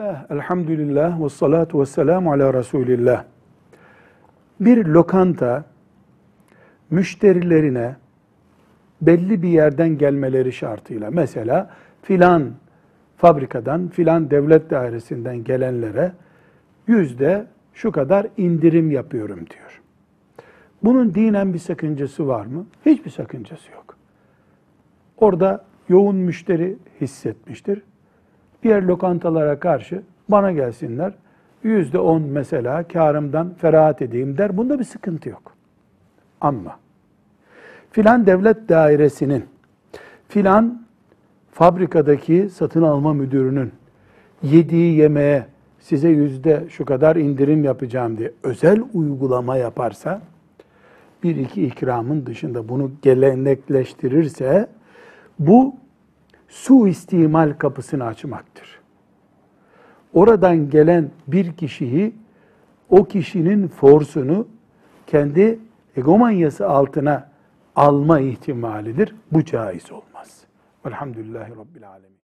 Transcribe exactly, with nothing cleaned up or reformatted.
Bismillah, elhamdülillah, ve salatu ve selamu ala Resulillah. Bir lokanta, müşterilerine belli bir yerden gelmeleri şartıyla, mesela filan fabrikadan, filan devlet dairesinden gelenlere yüzde şu kadar indirim yapıyorum diyor. Bunun dinen bir sakıncası var mı? Hiçbir sakıncası yok. Orada yoğun müşteri hissetmiştir. Diğer lokantalara karşı bana gelsinler, yüzde on mesela kârımdan ferahat edeyim der. Bunda bir sıkıntı yok. Ama filan devlet dairesinin, filan fabrikadaki satın alma müdürünün yediği yemeğe size yüzde şu kadar indirim yapacağım diye özel uygulama yaparsa, bir iki ikramın dışında bunu gelenekleştirirse, bu suistimal kapısını açmaktır. Oradan gelen bir kişiyi, o kişinin forsunu kendi egomanyası altına alma ihtimalidir. Bu caiz olmaz. Velhamdülillahi Rabbil Alemin.